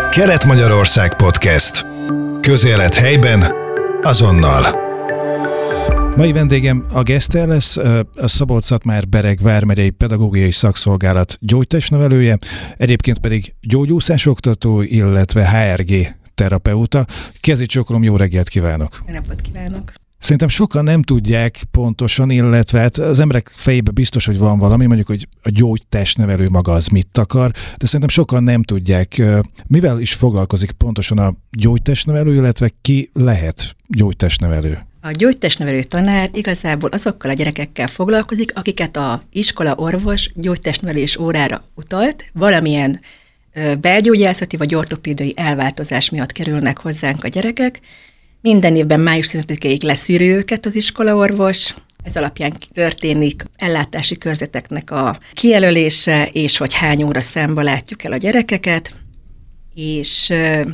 Kelet-Magyarország Podcast. Közélet helyben, azonnal. Mai vendégem a Geszter lesz, a Szabolcs-Szatmár-Bereg vármegyei pedagógiai szakszolgálat gyógytestnevelője, egyébként pedig gyógyúszásoktató, illetve HRG terapeuta. Kezi csókolom, jó reggelt kívánok! Jó napot kívánok! Szerintem sokan nem tudják pontosan, illetve hát az emberek fejében biztos, hogy van valami, mondjuk, hogy a gyógytestnevelő maga az mit akar, de szerintem sokan nem tudják, mivel is foglalkozik pontosan a gyógytestnevelő, illetve ki lehet gyógytestnevelő. A gyógytestnevelő tanár igazából azokkal a gyerekekkel foglalkozik, akiket a iskola orvos gyógytestnevelés órára utalt, valamilyen belgyógyászati vagy ortopédiai elváltozás miatt kerülnek hozzánk a gyerekek. Minden évben május 15-ig leszűri őket az iskolaorvos, ez alapján történik ellátási körzeteknek a kijelölése, és hogy hány óra számba látjuk el a gyerekeket, és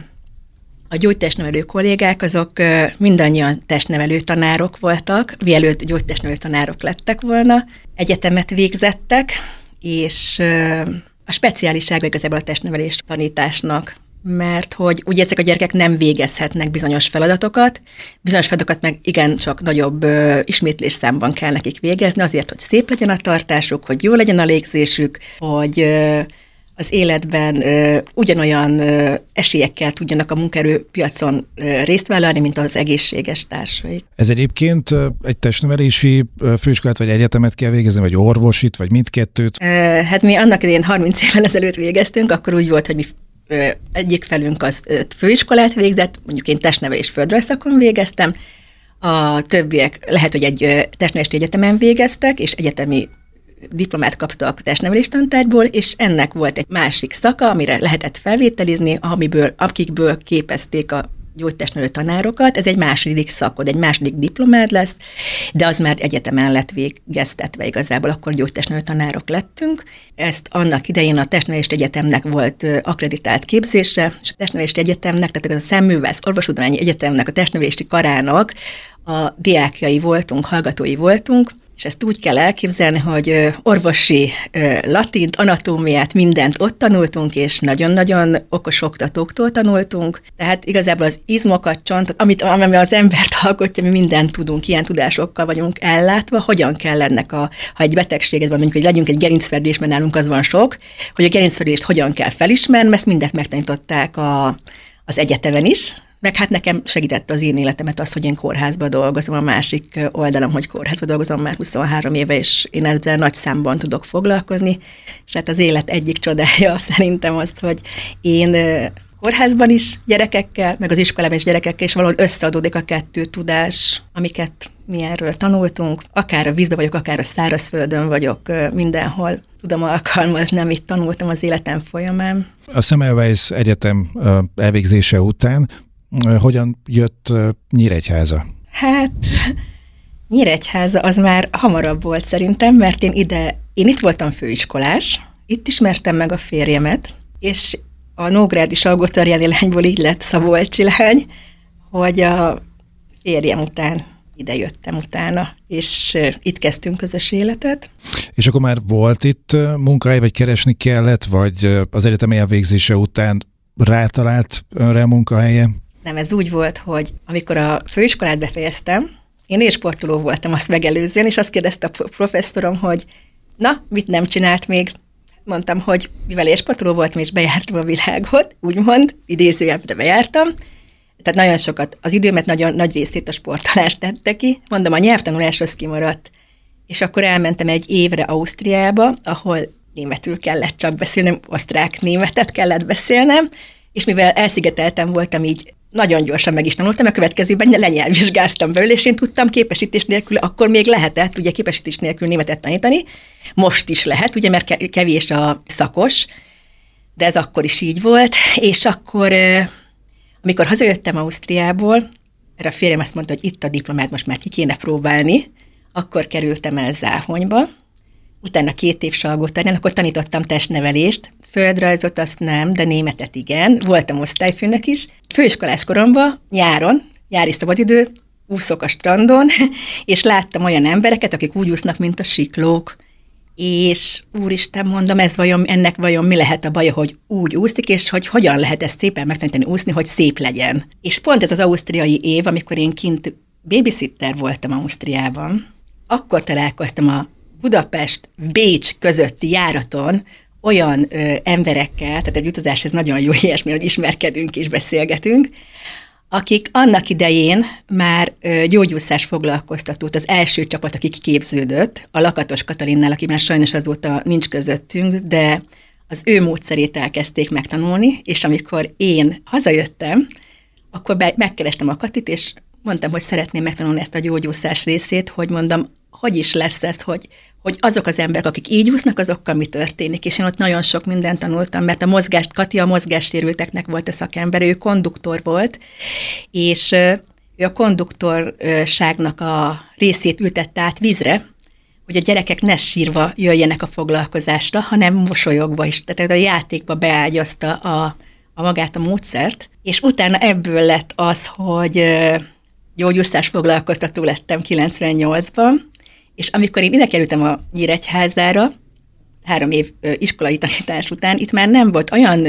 a gyógytestnevelő kollégák azok mindannyian testnevelő tanárok voltak, mielőtt gyógytestnevelő tanárok lettek volna, egyetemet végzettek, és a speciálisága igazából a testnevelés tanításnak, mert hogy ugye ezek a gyerekek nem végezhetnek bizonyos feladatokat meg igencsak nagyobb ismétlésszámban kell nekik végezni, azért, hogy szép legyen a tartásuk, hogy jó legyen a légzésük, hogy az életben ugyanolyan esélyekkel tudjanak a munkaerőpiacon részt vállalni, mint az egészséges társaik. Ez egyébként egy testnevelési főiskolát vagy egyetemet kell végezni, vagy orvosit, vagy mindkettőt? Hát mi annak idején 30 évvel ezelőtt végeztünk, akkor úgy volt, hogy mi egyik felünk az főiskolát végzett, mondjuk én testnevelés földrajzszakon végeztem, a többiek lehet, hogy egy testnevelési egyetemen végeztek, és egyetemi diplomát kaptak testnevelés tantárgyból, és ennek volt egy másik szaka, amire lehetett felvételizni, akikből képezték a gyógytestnevelő tanárokat. Ez egy második szakod, egy második diplomád lesz, de az már egyetemen lett végeztetve igazából, akkor gyógytestnevelő tanárok lettünk. Ezt annak idején a testnevelési egyetemnek volt akkreditált képzése, és a testnevelési egyetemnek, tehát a Szemművész Orvostudományi Egyetemnek, a testnevelési karának a diákjai voltunk, hallgatói voltunk, és ezt úgy kell elképzelni, hogy orvosi latint, anatómiát, mindent ott tanultunk, és nagyon-nagyon okos oktatóktól tanultunk. Tehát igazából az izmokat, csontot, ami az embert alkotja, mi mindent tudunk, ilyen tudásokkal vagyunk ellátva, hogyan kell ennek, ha egy betegséged van, mondjuk, hogy legyünk egy gerincferdés, mert nálunk az van sok, hogy a gerincferdést hogyan kell felismerni, ezt mindent megtanították az egyetemen is, meg hát nekem segített az én életemet az, hogy én kórházban dolgozom, a másik oldalom, hogy kórházban dolgozom már 23 éve, és én ezzel nagy számban tudok foglalkozni, és hát az élet egyik csodája szerintem azt, hogy én kórházban is gyerekekkel, meg az iskolában is gyerekekkel, és valahol összeadódik a kettő tudás, amiket mi erről tanultunk, akár a vízbe vagyok, akár a szárazföldön vagyok, mindenhol tudom alkalmazni, amit tanultam az életem folyamán. A Semmelweis Egyetem elvégzése után hogyan jött Nyíregyháza? Hát Nyíregyháza az már hamarabb volt szerintem, mert én itt voltam főiskolás, itt ismertem meg a férjemet, és a nógrádi salgótarjáni lányból így lett szabolcsi lány, hogy a férjem után ide jöttem utána, és itt kezdtünk közös életet. És akkor már volt itt munkahely, vagy keresni kellett, vagy az egyetem elvégzése után rátalált önre a munkahelye? Nem, ez úgy volt, hogy amikor a főiskolát befejeztem, én élsportoló voltam azt megelőzően, és azt kérdezte a professzorom, hogy na, mit nem csinált még? Mondtam, hogy mivel élsportoló voltam, és bejártam a világot, úgymond, idézőjelben, de bejártam, tehát nagyon sokat, az időmet nagyon nagy részét a sportolás tette ki, mondom, a nyelvtanulás az kimaradt, és akkor elmentem egy évre Ausztriába, ahol németül kellett csak beszélnem, osztrák-németet kellett beszélnem, és mivel elszigeteltem voltam, így nagyon gyorsan meg is tanultam, a következőben lenyelvvizsgáztam belőle, és én tudtam képesítés nélkül, akkor még lehetett, ugye képesítés nélkül németet tanítani, most is lehet, ugye, mert kevés a szakos, de ez akkor is így volt, és akkor, amikor hazajöttem Ausztriából, erre a férjem azt mondta, hogy itt a diplomát most már ki kéne próbálni, akkor kerültem el Záhonyba, utána 2 év Salgótarján, akkor tanítottam testnevelést, földrajzot azt nem, de németet igen, voltam osztályfőnök is. Főiskolás koromban, nyári szabadidő, úszok a strandon, és láttam olyan embereket, akik úgy úsznak, mint a siklók. és úristen, mondom, ennek vajon mi lehet a baja, hogy úgy úszik, és hogy hogyan lehet ezt szépen megtanítani úszni, hogy szép legyen. És pont ez az ausztriai év, amikor én kint babysitter voltam Ausztriában, akkor találkoztam a Budapest-Bécs közötti járaton olyan emberekkel, tehát egy utazás, ez nagyon jó ilyesmi, hogy ismerkedünk és beszélgetünk, akik annak idején már gyógyúszás foglalkoztatót, az első csapat, aki kiképződött, a Lakatos Katalinnál, aki már sajnos azóta nincs közöttünk, de az ő módszerét elkezdték megtanulni, és amikor én hazajöttem, akkor megkerestem a Katit, és mondtam, hogy szeretném megtanulni ezt a gyógyúszás részét, hogy mondom, hogy is lesz ez, hogy azok az emberek, akik így úsznak, azokkal mi történik. És én ott nagyon sok mindent tanultam, mert Kati a mozgássérülteknek volt a szakember, ő konduktor volt, és ő a konduktorságnak a részét ültette át vízre, hogy a gyerekek ne sírva jöjjenek a foglalkozásra, hanem mosolyogva is. Tehát a játékba beágyazta a magát a módszert, és utána ebből lett az, hogy gyógyúszás foglalkoztató lettem 98-ban, és amikor én ide kerültem a Nyíregyházára, 3 év iskolai tanítás után, itt már nem volt olyan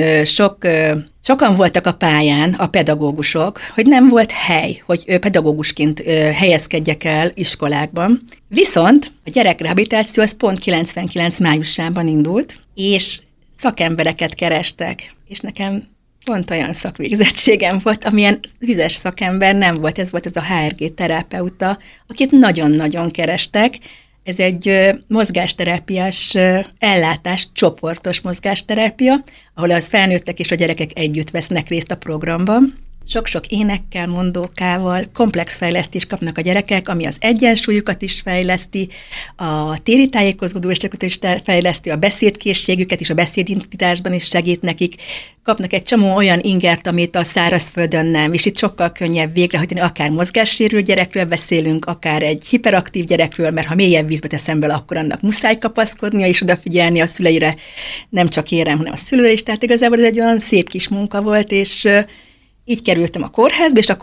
sokan voltak a pályán a pedagógusok, hogy nem volt hely, hogy pedagógusként helyezkedjek el iskolákban. Viszont a gyerekrehabilitáció az pont 99 májusában indult, és szakembereket kerestek, és nekem pont olyan szakvégzettségem volt, amilyen vizes szakember nem volt. Ez volt az a HRG terapeuta, akit nagyon-nagyon kerestek. Ez egy mozgásterápiás ellátás, csoportos mozgásterápia, ahol az felnőttek és a gyerekek együtt vesznek részt a programban. Sok-sok énekkel, mondókával, komplex fejlesztést kapnak a gyerekek, ami az egyensúlyukat is fejleszti, a téri tájékozódásukat is fejleszti, a beszédkészségüket is, a beszédidentitásban is segít nekik. Kapnak egy csomó olyan ingert, amit a szárazföldön nem, és itt sokkal könnyebb végrehajtani, akár mozgássérült gyerekről beszélünk, akár egy hiperaktív gyerekről, mert ha mélyebb vízbe teszem bele, akkor annak muszáj kapaszkodnia és odafigyelni a szüleire, nem csak érem, hanem a szülőre is. Tehát igazából ez egy olyan szép kis munka volt, és így kerültem a kórházba, és a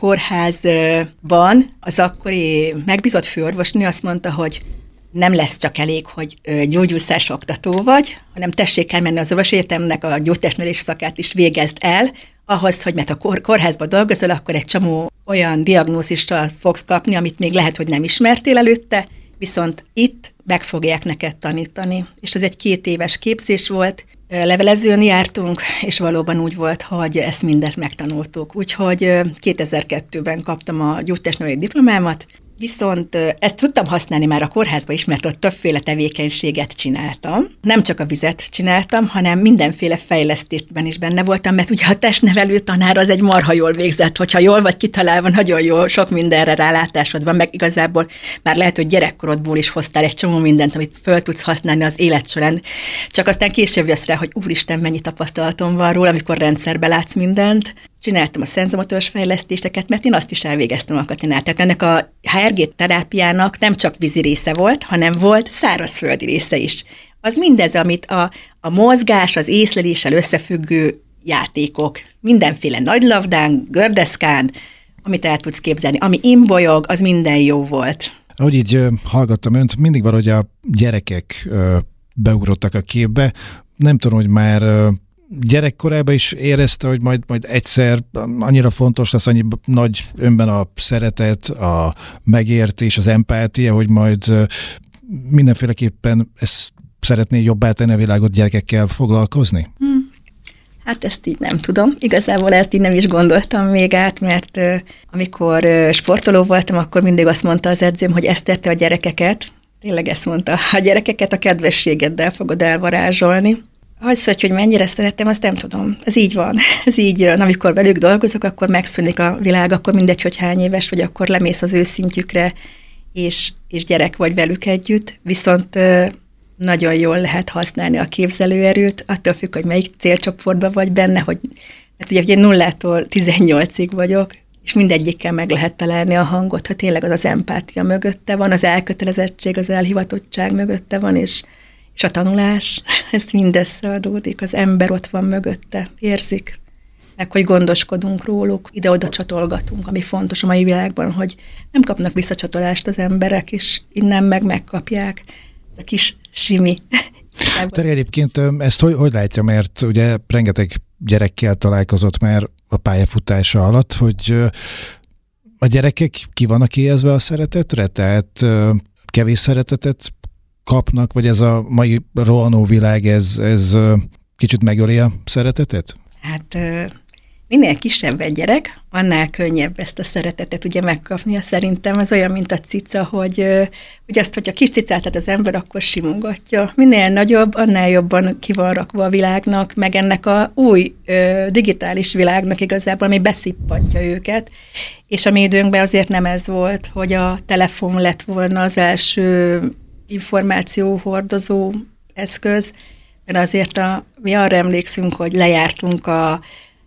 kórházban az akkori megbízott főorvosnő azt mondta, hogy nem lesz csak elég, hogy gyógyúszás oktató vagy, hanem tessék elmenni az orvosegyetemnek a gyógytestnevelés szakát is végezd el, ahhoz, hogy mert a kórházban dolgozol, akkor egy csomó olyan diagnózissal fogsz kapni, amit még lehet, hogy nem ismertél előtte, viszont itt meg fogják neked tanítani. És ez egy 2 éves képzés volt, levelezőn jártunk, és valóban úgy volt, hogy ezt mindent megtanultuk. Úgyhogy 2002-ben kaptam a gyógytestnevelői diplomámat, viszont ezt tudtam használni már a kórházban is, mert ott többféle tevékenységet csináltam. Nem csak a vizet csináltam, hanem mindenféle fejlesztésben is benne voltam, mert ugye a testnevelő tanár az egy marha jól végzett, hogyha jól vagy kitalálva, nagyon jó, sok mindenre rálátásod van, meg igazából már lehet, hogy gyerekkorodból is hoztál egy csomó mindent, amit föl tudsz használni az élet során. Csak aztán később jössz rá, hogy úristen, mennyi tapasztalatom van róla, amikor rendszerbe látsz mindent. Csináltam a szenzomotoros fejlesztéseket, mert én azt is elvégeztem a Katinál. Tehát ennek a HRG terápiának nem csak vízi része volt, hanem volt szárazföldi része is. Az mindez, amit a mozgás, az észleléssel összefüggő játékok, mindenféle nagylavdán, gördeszkán, amit el tudsz képzelni, ami imbolyog, az minden jó volt. Ahogy így hallgattam önt, mindig valahogy a gyerekek beugrottak a képbe. Nem tudom, hogy már gyerekkorában is érezte, hogy majd egyszer annyira fontos lesz, annyi nagy önben a szeretet, a megértés, az empátia, hogy majd mindenféleképpen ezt szeretné jobbá tenni a világot, gyerekekkel foglalkozni? Hát ezt így nem tudom. Igazából ezt így nem is gondoltam még át, mert amikor sportoló voltam, akkor mindig azt mondta az edzőm, hogy Eszter, te a gyerekeket, tényleg ezt mondta, a gyerekeket a kedvességeddel fogod elvarázsolni. Hogy mennyire szerettem, azt nem tudom. Ez így van. Ez így jön. Amikor velük dolgozok, akkor megszűnik a világ, akkor mindegy, hogy hány éves vagy, akkor lemész az ő szintjükre, és gyerek vagy velük együtt. Viszont nagyon jól lehet használni a képzelőerőt, attól függ, hogy melyik célcsoportban vagy benne, mert ugye 0-tól 18-ig vagyok, és mindegyikkel meg lehet találni a hangot, ha tényleg az empátia mögötte van, az elkötelezettség, az elhivatottság mögötte van, és a tanulás, ez mind összeadódik, az ember ott van mögötte, érzik, meg hogy gondoskodunk róluk, ide-oda csatolgatunk, ami fontos a mai világban, hogy nem kapnak visszacsatolást az emberek, és innen megkapják. a kis simi. Te egyébként ezt hogy látja, mert ugye rengeteg gyerekkel találkozott már a pályafutása alatt, hogy a gyerekek ki vannak éhezve a szeretetre, tehát kevés szeretetet kapnak, vagy ez a mai rohanó világ, ez kicsit megöli a szeretetet? Hát minél kisebb egy gyerek, annál könnyebb ezt a szeretetet ugye megkapnia. Szerintem ez olyan, mint a cica, hogy azt, hogy a kis cicát az ember, akkor simogatja. Minél nagyobb, annál jobban ki van rakva a világnak, meg ennek a új digitális világnak igazából, ami beszippantja őket. És a mi időnkben azért nem ez volt, hogy a telefon lett volna az első információhordozó eszköz, mert azért mi arra emlékszünk, hogy lejártunk a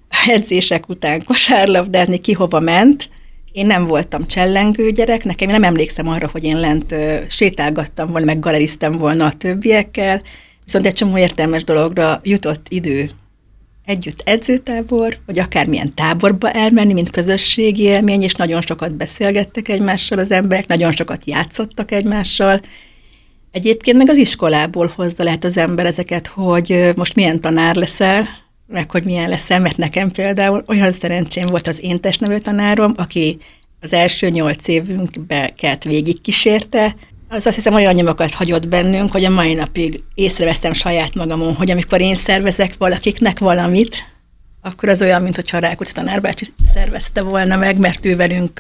edzések után kosárlabdázni, ki hova ment. Én nem voltam csellengő gyerek, nekem nem emlékszem arra, hogy én lent sétálgattam volna, meg galeriztem volna a többiekkel, viszont egy csomó értelmes dologra jutott idő. Együtt edzőtábor, vagy akármilyen táborba elmenni, mint közösségi élmény, és nagyon sokat beszélgettek egymással az emberek, nagyon sokat játszottak egymással. Egyébként meg az iskolából hozza lehet az ember ezeket, hogy most milyen tanár leszel, meg hogy milyen leszel, mert nekem például olyan szerencsém volt az én testnevelő tanárom, aki az első 8 évünket végigkísérte, az azt hiszem olyan nyomokat hagyott bennünk, hogy a mai napig észreveszem saját magamon, hogy amikor én szervezek valakiknek valamit, akkor az olyan, mintha Rákóczi tanárbácsi szervezte volna meg, mert ő velünk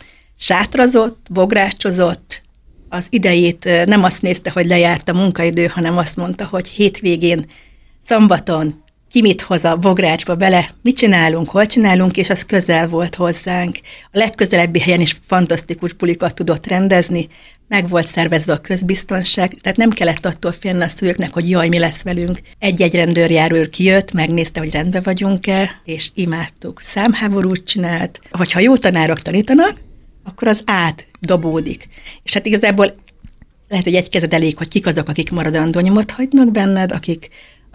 sátrazott, bográcsozott, az idejét nem azt nézte, hogy lejárt a munkaidő, hanem azt mondta, hogy hétvégén, szombaton ki mit hoz a bográcsba bele, mit csinálunk, hol csinálunk, és az közel volt hozzánk. A legközelebbi helyen is fantasztikus bulikat tudott rendezni, meg volt szervezve a közbiztonság, tehát nem kellett attól félni a szülőknek, hogy jaj, mi lesz velünk. Egy-egy rendőrjárőr kijött, megnézte, hogy rendben vagyunk-e, és imádtuk. Számháborút csinált. Hogyha jó tanárok tanítanak, akkor az átdobódik. És hát igazából lehet, hogy egy kezed elég, hogy kik azok, akik maradandó nyomot hagynak benned, akik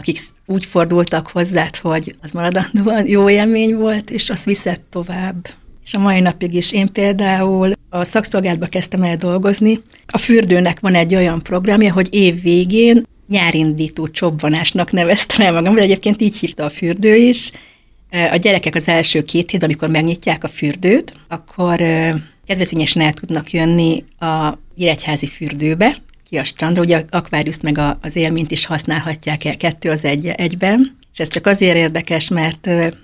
úgy fordultak hozzád, hogy az maradandóan jó élmény volt, és azt viszed tovább. És a mai napig is én például a szakszolgálatba kezdtem el dolgozni. A fürdőnek van egy olyan programja, hogy év végén nyárindító csobbanásnak neveztem el magam, de egyébként így hívta a fürdő is. A gyerekek az első 2 hétben, amikor megnyitják a fürdőt, akkor kedvezményesen el tudnak jönni a Nyíregyházi fürdőbe, ki a strandra, ugye akváriuszt meg az élményt is használhatják el 2 az egyben, és ez csak azért érdekes, mert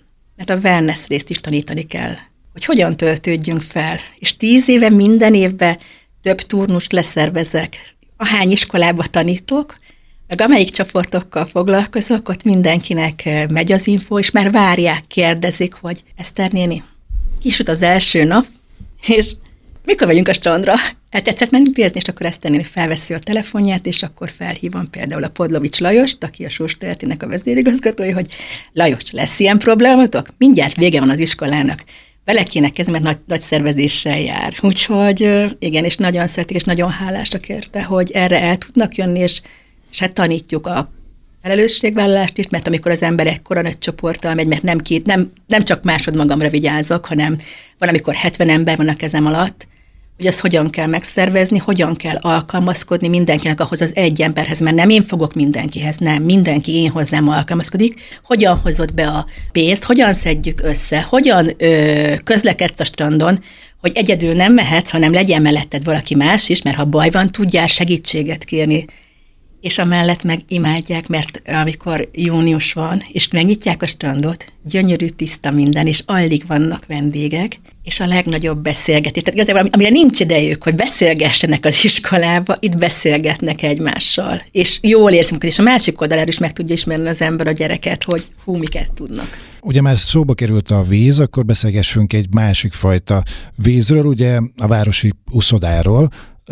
a wellness részt is tanítani kell, hogy hogyan töltődjünk fel. És 10 éve minden évben több turnust leszervezek. Ahány iskolába tanítok, meg amelyik csoportokkal foglalkozok, ott mindenkinek megy az info, és már várják, kérdezik, hogy Eszter néni, kisüt az első nap, és mikor vagyunk a strandra? Tetszett menni pénzni, és akkor Eszter néni felveszi a telefonját, és akkor felhívom például a Podlovics Lajost, aki a Sós Tertinek a vezérigazgatója, hogy Lajos, lesz ilyen problématok? Mindjárt vége van az iskolának. Vele kéne kezdeni, mert nagy szervezéssel jár. Úgyhogy igen, és nagyon szeretik, és nagyon hálásak érte, hogy erre el tudnak jönni, és hát tanítjuk a felelősségvállalást is, mert amikor az ember ekkora nagy csoporttal megy, mert nem csak másodmagamra vigyázok, hanem van, amikor 70 ember van a kezem alatt, hogy azt hogyan kell megszervezni, hogyan kell alkalmazkodni mindenkinek ahhoz az egy emberhez, mert nem én fogok mindenkihez, nem, mindenki én hozzám alkalmazkodik, hogyan hozod be a pénzt, hogyan szedjük össze, hogyan közlekedsz a strandon, hogy egyedül nem mehetsz, hanem legyen melletted valaki más is, mert ha baj van, tudjál segítséget kérni. És amellett meg imádják, mert amikor június van, és megnyitják a strandot, gyönyörű, tiszta minden, és alig vannak vendégek, és a legnagyobb beszélgetés. Tehát igazából, amire nincs idejük, hogy beszélgessenek az iskolába, itt beszélgetnek egymással. És jól érzünk, és a másik oldalára is meg tudja ismerni az ember a gyereket, hogy miket tudnak. Ugye már szóba került a víz, akkor beszélgessünk egy másik fajta vízről, ugye a városi uszodáról.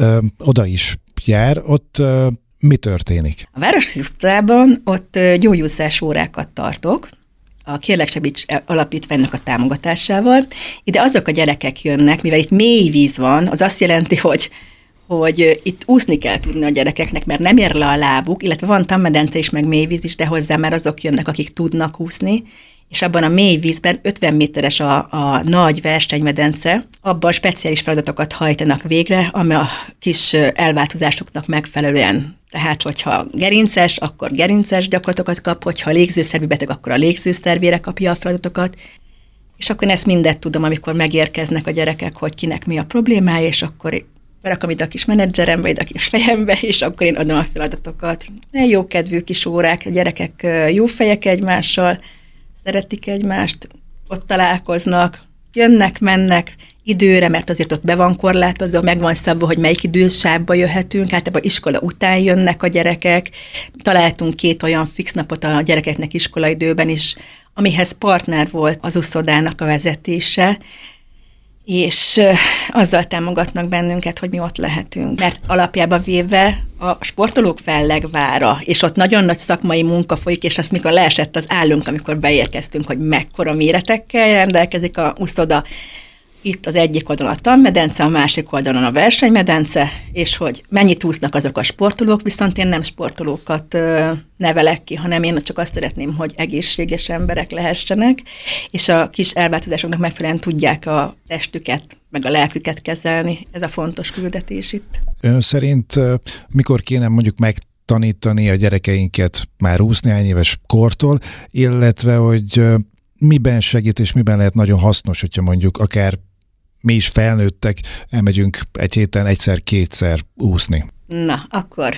Oda is jár, ott mi történik? A városi uszodában ott gyógyúszás órákat tartok, a Kérlek Segíts Alapítványnak a támogatásával. Ide azok a gyerekek jönnek, mivel itt mély víz van, az azt jelenti, hogy itt úszni kell tudni a gyerekeknek, mert nem ér le a lábuk, illetve van tanmedence is, meg mély víz is, de hozzá már azok jönnek, akik tudnak úszni, és abban a mély vízben 50 méteres a nagy versenymedence, abban speciális feladatokat hajtanak végre, ami a kis elváltozásoknak megfelelően. Tehát, hogyha gerinces, akkor gerinces gyakorlatokat kap, hogyha légzőszervi beteg, akkor a légzőszervére kapja a feladatokat, és akkor ezt mindet tudom, amikor megérkeznek a gyerekek, hogy kinek mi a problémája, és akkor berakom ide a kis menedzserembe, ide a kis fejembe, és akkor én adom a feladatokat. Jó kedvű kis órák, a gyerekek jó fejek egymással, szeretik egymást, ott találkoznak, jönnek, mennek időre, mert azért ott be van korlátozva, meg van szabva, hogy melyik idősávba jöhetünk, általában iskola után jönnek a gyerekek. Találtunk 2 olyan fix napot a gyerekeknek iskolaidőben is, amihez partner volt az uszodának a vezetése, és azzal támogatnak bennünket, hogy mi ott lehetünk. Mert alapjában véve a sportolók fellegvára, és ott nagyon nagy szakmai munka folyik, és azt mikor leesett az állunk, amikor beérkeztünk, hogy mekkora méretekkel rendelkezik a uszoda. Itt az egyik oldalon a tanmedence, a másik oldalon a versenymedence, és hogy mennyit úsznak azok a sportolók, viszont én nem sportolókat nevelek ki, hanem én csak azt szeretném, hogy egészséges emberek lehessenek, és a kis elváltozásoknak megfelelően tudják a testüket, meg a lelküket kezelni. Ez a fontos küldetés itt. Ön szerint mikor kéne mondjuk megtanítani a gyerekeinket már úszni hány éves kortól, illetve hogy miben segít és miben lehet nagyon hasznos, hogyha mondjuk akár mi is felnőttek, elmegyünk egy héten egyszer-kétszer úszni. Na, akkor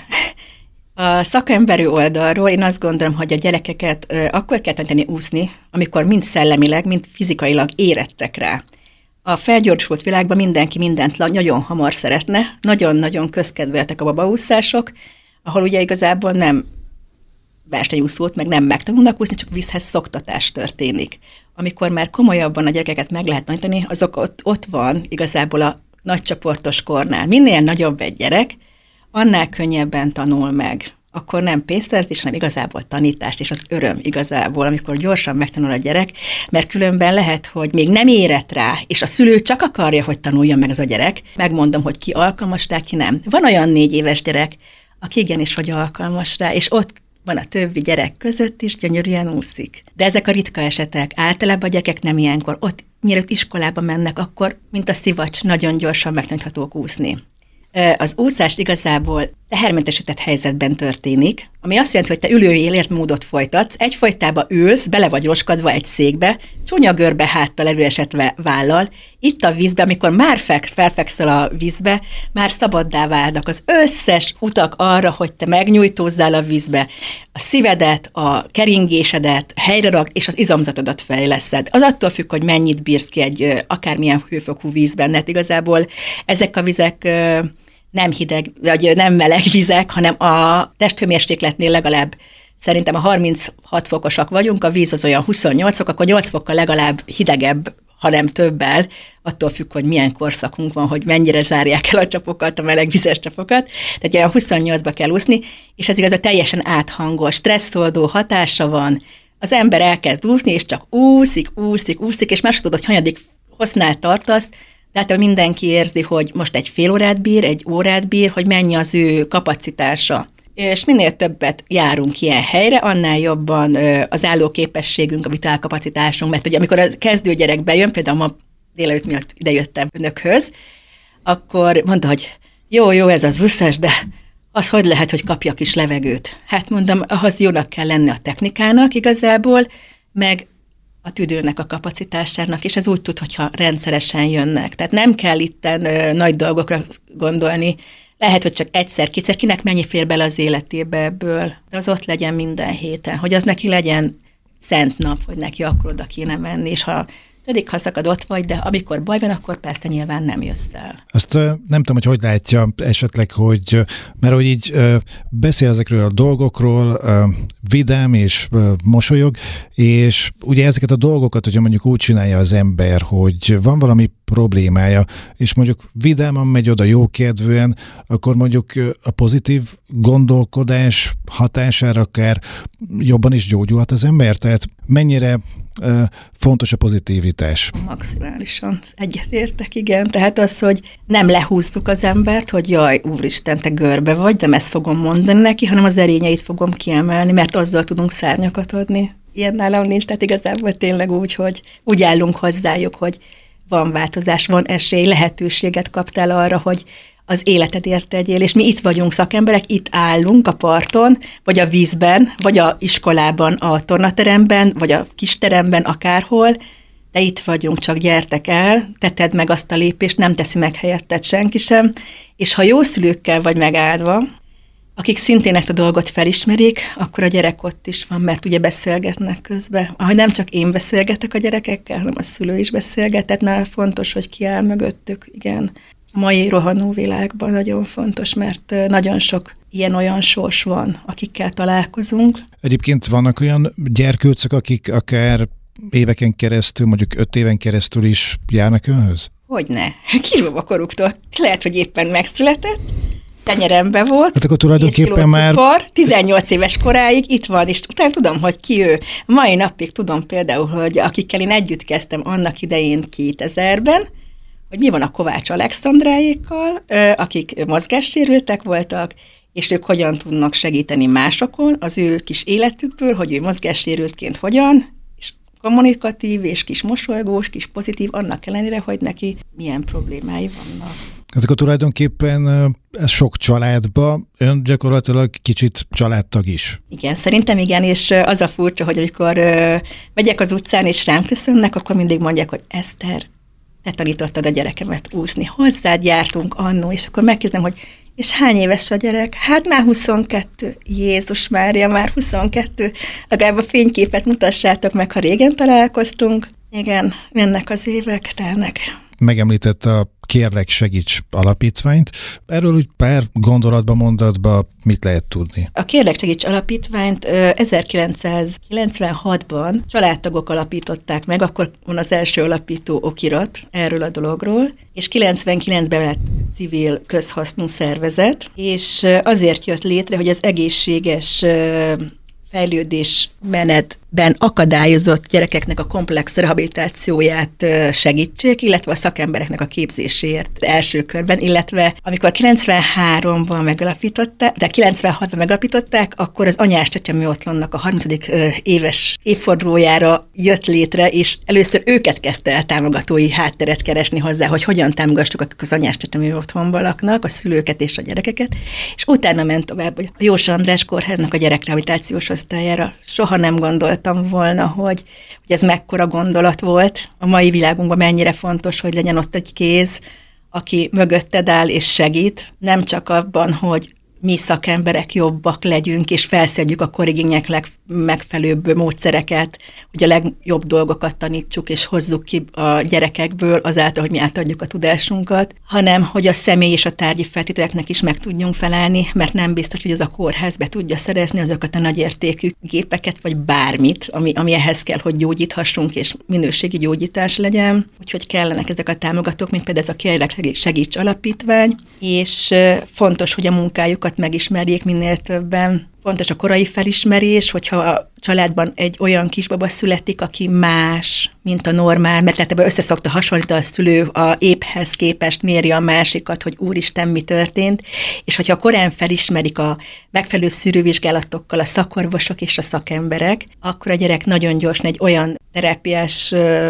a szakemberi oldalról én azt gondolom, hogy a gyerekeket akkor kell tanítani úszni, amikor mind szellemileg, mind fizikailag érettek rá. A felgyorsult világban mindenki mindent nagyon hamar szeretne, nagyon-nagyon közkedveltek a babaúszások, ahol ugye igazából nem versenyúszót, meg nem megtanulnak úszni, csak vízhez szoktatás történik. Amikor már komolyabban a gyerekeket meg lehet tanítani, azok ott van igazából a nagycsoportos kornál. Minél nagyobb egy gyerek, annál könnyebben tanul meg. Akkor nem pénzszerzés, hanem igazából tanítást, és az öröm igazából, amikor gyorsan megtanul a gyerek, mert különben lehet, hogy még nem érett rá, és a szülő csak akarja, hogy tanuljon meg az a gyerek. Megmondom, hogy ki alkalmas rá, ki nem. Van olyan 4 éves gyerek, aki igenis, hogy alkalmas rá, és ott van a többi gyerek között is, gyönyörűen úszik. De ezek a ritka esetek. Általában a gyerekek nem ilyenkor. Ott mielőtt iskolába mennek, akkor, mint a szivacs, nagyon gyorsan megtaníthatók úszni. Az úszás igazából tehermentesített helyzetben történik, ami azt jelenti, hogy te ülői életmódot folytatsz, egyfolytában ülsz, bele vagy roskadva egy székbe, csúnya görbe háttal előesetve vállal, itt a vízbe, amikor már felfekszel a vízbe, már szabaddá válnak az összes utak arra, hogy te megnyújtózzál a vízbe, a szívedet, a keringésedet helyre rak, és az izomzatodat fejleszed. Az attól függ, hogy mennyit bírsz ki egy akármilyen hőfokú vízben, mert igazából ezek a vizek nem hideg, vagy nem meleg vizek, hanem a testhőmérsékletnél legalább szerintem a 36 fokosak vagyunk, a víz az olyan 28 fok, akkor 8 fokkal legalább hidegebb, hanem többel, attól függ, hogy milyen korszakunk van, hogy mennyire zárják el a csapokat, a melegvizes csapokat. Tehát olyan 28-ba kell úszni, és ez igaz, teljesen áthangos, stresszoldó hatása van. Az ember elkezd úszni, és csak úszik, és más tudod, hogy hanyadik hosznál tartasz, tehát mindenki érzi, hogy most egy fél órát bír, egy órát bír, hogy mennyi az ő kapacitása. És minél többet járunk ilyen helyre, annál jobban az állóképességünk, a vitálkapacitásunk, mert ugye amikor a kezdőgyerek bejön, például ma délelőtt miatt idejöttem önökhöz, akkor mondta, hogy jó, ez az úszás, de az hogy lehet, hogy kapja kis levegőt? Hát mondom, ahhoz jónak kell lenni a technikának igazából, meg a tüdőnek a kapacitásának, és ez úgy tud, hogyha rendszeresen jönnek. Tehát nem kell itten nagy dolgokra gondolni, lehet, hogy csak egyszer-kétszer, kinek mennyi fér bele az életébe ebből, de az ott legyen minden héten, hogy az neki legyen szent nap, hogy neki akkor oda kéne menni, és ha szakad ott vagy, de amikor baj van, akkor persze nyilván nem jössz el. Azt nem tudom, hogy látja esetleg, hogy mert hogy így beszél ezekről a dolgokról, vidám és mosolyog, és ugye ezeket a dolgokat, hogyha mondjuk úgy csinálja az ember, hogy van valami problémája, és mondjuk vidáman megy oda jókedvűen, akkor mondjuk a pozitív gondolkodás hatására akár jobban is gyógyulhat az ember, tehát mennyire fontos a pozitivitás. Maximálisan egyetértek, igen. Tehát az, hogy nem lehúzzuk az embert, hogy jaj, úristen, te görbe vagy, nem ezt fogom mondani neki, hanem az erényeit fogom kiemelni, mert azzal tudunk szárnyakat adni. Ilyen nálam nincs, tehát igazából tényleg úgy állunk hozzájuk, hogy van változás, van esély, lehetőséget kaptál arra, hogy az életedért tegyél, és mi itt vagyunk szakemberek, itt állunk a parton, vagy a vízben, vagy a iskolában, a tornateremben, vagy a kisteremben, akárhol, de itt vagyunk, csak gyertek el, tetted meg azt a lépést, nem teszi meg helyetted senki sem, és ha jó szülőkkel vagy megáldva, akik szintén ezt a dolgot felismerik, akkor a gyerek ott is van, mert ugye beszélgetnek közben. Ahogy nem csak én beszélgetek a gyerekekkel, hanem a szülő is beszélget, tehát fontos, hogy ki áll mögöttük, igen. A mai rohanó világban nagyon fontos, mert nagyon sok ilyen-olyan sors van, akikkel találkozunk. Egyébként vannak olyan gyerkőcök, akik akár éveken keresztül, mondjuk 5 éven keresztül is járnak önhöz? Hogyne. Kisbaba koruktól. Lehet, hogy éppen megszületett, tenyerembe volt, hát akkor tulajdonképpen már cukor, 18 éves koráig itt van, és utána tudom, hogy ki ő. Mai napig tudom például, hogy akikkel én együtt kezdtem annak idején 2000-ben, hogy mi van a Kovács Alexandráékkal, akik mozgássérültek voltak, és ők hogyan tudnak segíteni másokon az ő kis életükből, hogy ő mozgássérültként hogyan, és kommunikatív, és kis mosolygós, kis pozitív, annak ellenére, hogy neki milyen problémái vannak. Hát akkor tulajdonképpen ez sok családba, ön gyakorlatilag kicsit családtag is. Igen, szerintem igen, és az a furcsa, hogy amikor megyek az utcán, és rám köszönnek, akkor mindig mondják, hogy Eszter, te tanítottad a gyerekemet úszni, hozzád jártunk annó, és akkor megkérdezem, hogy és hány éves a gyerek? Hát már 22. Jézus Mária, már 22. Legalább a fényképet mutassátok meg, ha régen találkoztunk. Igen, mennek az évek, telnek. Megemlítette a Kérlek Segíts alapítványt. Erről úgy pár gondolatban, mondatban mit lehet tudni? A Kérlek Segíts alapítványt 1996-ban családtagok alapították meg, akkor van az első alapító okirat erről a dologról, és 99-ben lett civil közhasznú szervezet, és azért jött létre, hogy az egészséges fejlődés menetben akadályozott gyerekeknek a komplex rehabilitációját segítsék, illetve a szakembereknek a képzéséért első körben, illetve amikor 93-ban megalapították, de 96-ban megalapították, akkor az Anyás Csecsemő Otthonnak a 30. éves évfordulójára jött létre, és először őket kezdte el támogatói hátteret keresni hozzá, hogy hogyan támogassuk, akik az Anyás Csecsemő Otthonban laknak, a szülőket és a gyerekeket, és utána ment tovább, hogy a Jósa András Kórháznak a gyerekrehabilitációs osztályára. Soha nem gondoltam volna, hogy ez mekkora gondolat volt. A mai világunkban mennyire fontos, hogy legyen ott egy kéz, aki mögötted áll és segít. Nem csak abban, hogy mi szakemberek jobbak legyünk, és felszedjük a korrigények legmegfelelőbb módszereket, hogy a legjobb dolgokat tanítsuk, és hozzuk ki a gyerekekből azáltal, hogy mi átadjuk a tudásunkat, hanem hogy a személy és a tárgyi feltételeknek is meg tudjunk felelni, mert nem biztos, hogy az a kórház be tudja szerezni azokat a nagyértékű gépeket, vagy bármit, ami ehhez kell, hogy gyógyíthassunk, és minőségi gyógyítás legyen. Úgyhogy kellenek ezek a támogatók, mint például ez a Kérlek Segíts alapítvány, és fontos, hogy a munkájukat megismerjék minél többen. Fontos a korai felismerés, hogyha a családban egy olyan kisbaba születik, aki más, mint a normál, mert tehát ebben összeszokta hasonlítani a szülő a éphez képest, méri a másikat, hogy úristen, mi történt, és hogyha korán felismerik a megfelelő szűrővizsgálatokkal a szakorvosok és a szakemberek, akkor a gyerek nagyon gyorsan egy olyan terápiás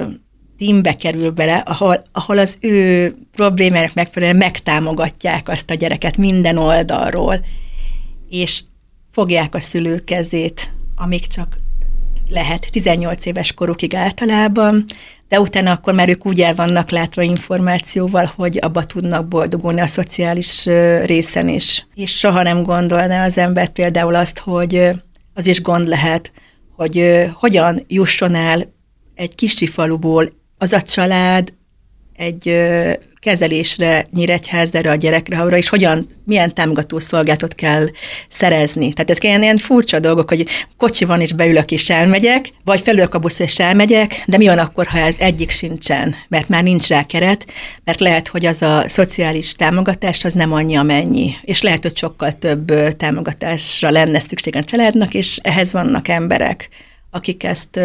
teambe kerül bele, ahol az ő problémának megfelelően megtámogatják azt a gyereket minden oldalról, és fogják a szülő kezét, amíg csak lehet, 18 éves korukig általában, de utána akkor már ők úgy el vannak látva információval, hogy abba tudnak boldogulni a szociális részen is. És soha nem gondolná az ember például azt, hogy az is gond lehet, hogy hogyan jusson el egy kicsi faluból az a család egy kezelésre, Nyíregyházára, a gyerekrehabra, és milyen támogató szolgálatot kell szerezni. Tehát ez ilyen furcsa dolgok, hogy kocsi van, és beülök, és elmegyek, vagy felülök a buszra, és elmegyek, de mi van akkor, ha ez egyik sincsen, mert már nincs rá keret, mert lehet, hogy az a szociális támogatás az nem annyi, amennyi, és lehet, hogy sokkal több támogatásra lenne szükség a családnak, és ehhez vannak emberek, akik ezt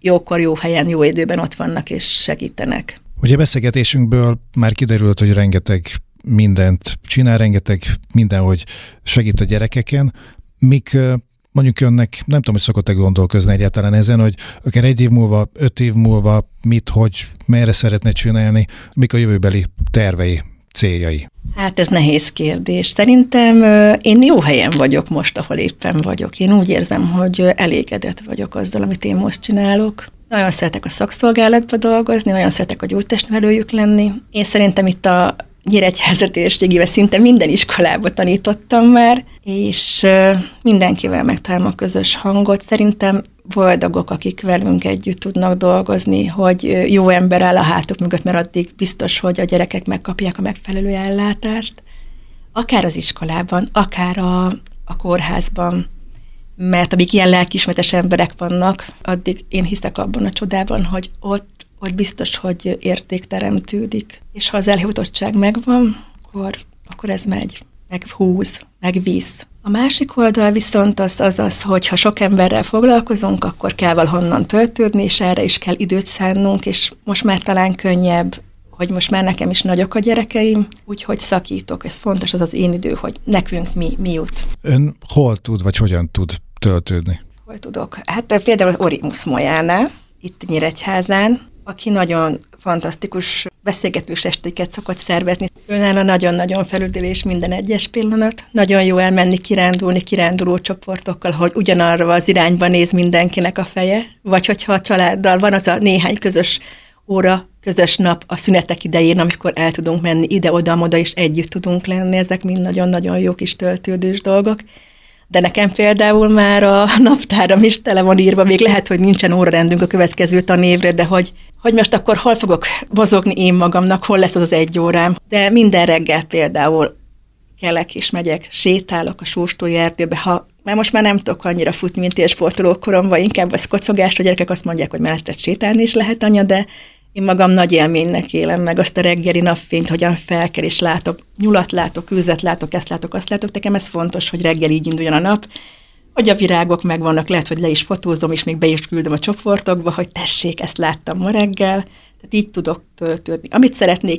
jókor, jó helyen, jó időben ott vannak és segítenek. Ugye beszélgetésünkből már kiderült, hogy rengeteg mindent csinál, rengeteg mindenhogy segít a gyerekeken, mik mondjuk önnek, nem tudom, hogy szokott-e gondolkozni egyáltalán ezen, hogy akár 1 év múlva, 5 év múlva mit, hogy, merre szeretne csinálni, mik a jövőbeli tervei, céljai? Hát ez nehéz kérdés. Szerintem én jó helyen vagyok most, ahol éppen vagyok. Én úgy érzem, hogy elégedett vagyok azzal, amit én most csinálok. Nagyon szeretek a szakszolgálatba dolgozni, nagyon szeretek a gyógytestnevelőjük lenni. Én szerintem itt a Nyíregyháza térségében szinte minden iskolába tanítottam már, és mindenkivel megtalálom a közös hangot. Szerintem boldogok, akik velünk együtt tudnak dolgozni, hogy jó ember áll a hátuk mögött, mert addig biztos, hogy a gyerekek megkapják a megfelelő ellátást. Akár az iskolában, akár a kórházban, mert amíg ilyen lelkiismeretes emberek vannak, addig én hiszek abban a csodában, hogy ott biztos, hogy érték teremtődik. És ha az elhivatottság megvan, akkor ez megy, meghúz, megvisz. A másik oldal viszont az, hogy ha sok emberrel foglalkozunk, akkor kell valahonnan töltődni, és erre is kell időt szánnunk, és most már talán könnyebb, hogy most már nekem is nagyok a gyerekeim, úgyhogy szakítok. Ez fontos, az az én idő, hogy nekünk mi jut. Ön hol tud, vagy hogyan tud töltődni? Hol tudok? Hát például az Orimus Mojánál, itt Nyíregyházán, aki nagyon fantasztikus beszélgetős estéket szokott szervezni. Őnála nagyon-nagyon felüldülés minden egyes pillanat. Nagyon jó elmenni kirándulni kiránduló csoportokkal, hogy ugyanarra az irányba néz mindenkinek a feje, vagy hogyha a családdal van az a néhány közös óra, közös nap a szünetek idején, amikor el tudunk menni ide-oda-moda, és együtt tudunk lenni. Ezek mind nagyon-nagyon jó kis töltődős dolgok. De nekem például már a naptáram is tele van írva, még lehet, hogy nincsen órarendünk a következő tanévre, de hogy most akkor hol fogok mozogni én magamnak, hol lesz az 1 órám. De minden reggel például kelek és megyek, sétálok a Sóstói erdőbe, mert most már nem tudok annyira futni, mint élsportoló koromban, inkább az kocogás, a gyerekek azt mondják, hogy mellett sétálni is lehet, anya, de én magam nagy élménynek élem meg azt a reggeli napfényt, hogyan felkel, és látok, nyulat látok, kőzet látok, ezt látok, azt látok. Nekem ez fontos, hogy reggel így induljon a nap, hogy a virágok megvannak, lehet, hogy le is fotózom, és még be is küldöm a csoportokba, hogy tessék, ezt láttam ma reggel. Tehát így tudok töltődni. Amit szeretnék,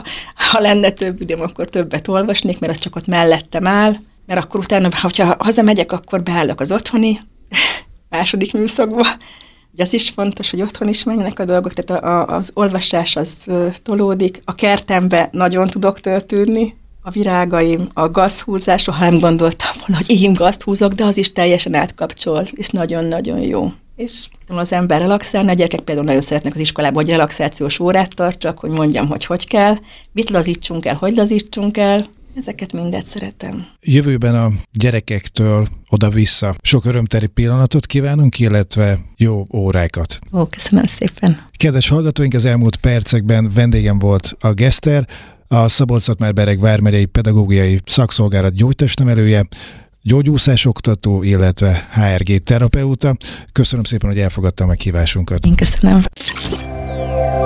ha lenne több időm, akkor többet olvasnék, mert az csak ott mellettem áll, mert akkor utána, ha hazamegyek, akkor beállok az otthoni második műszakba. Az is fontos, hogy otthon is menjenek a dolgok, tehát az olvasás az tolódik. A kertembe nagyon tudok töltődni, a virágaim, a gazhúzás, soha nem gondoltam volna, hogy én gazt húzok, de az is teljesen átkapcsol, és nagyon-nagyon jó. És az ember relaxálna, a gyerekek például nagyon szeretnek az iskolában, hogy relaxációs órát tartsak, hogy mondjam, hogy kell, mit lazítsunk el, hogy lazítsunk el. Ezeket mindet szeretem. Jövőben a gyerekektől oda-vissza sok örömteli pillanatot kívánunk, illetve jó órákat. Köszönöm szépen. Kedves hallgatóink, az elmúlt percekben vendégem volt a Geszter, a Szabolcs-Szatmár-Bereg vármegyei pedagógiai szakszolgálat gyógytestnevelője, gyógyúszásoktató, illetve HRG terapeuta. Köszönöm szépen, hogy elfogadta a meghívásunkat. Én köszönöm.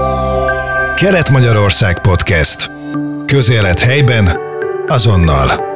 Kelet-Magyarország Podcast. Közélet helyben, azonnal.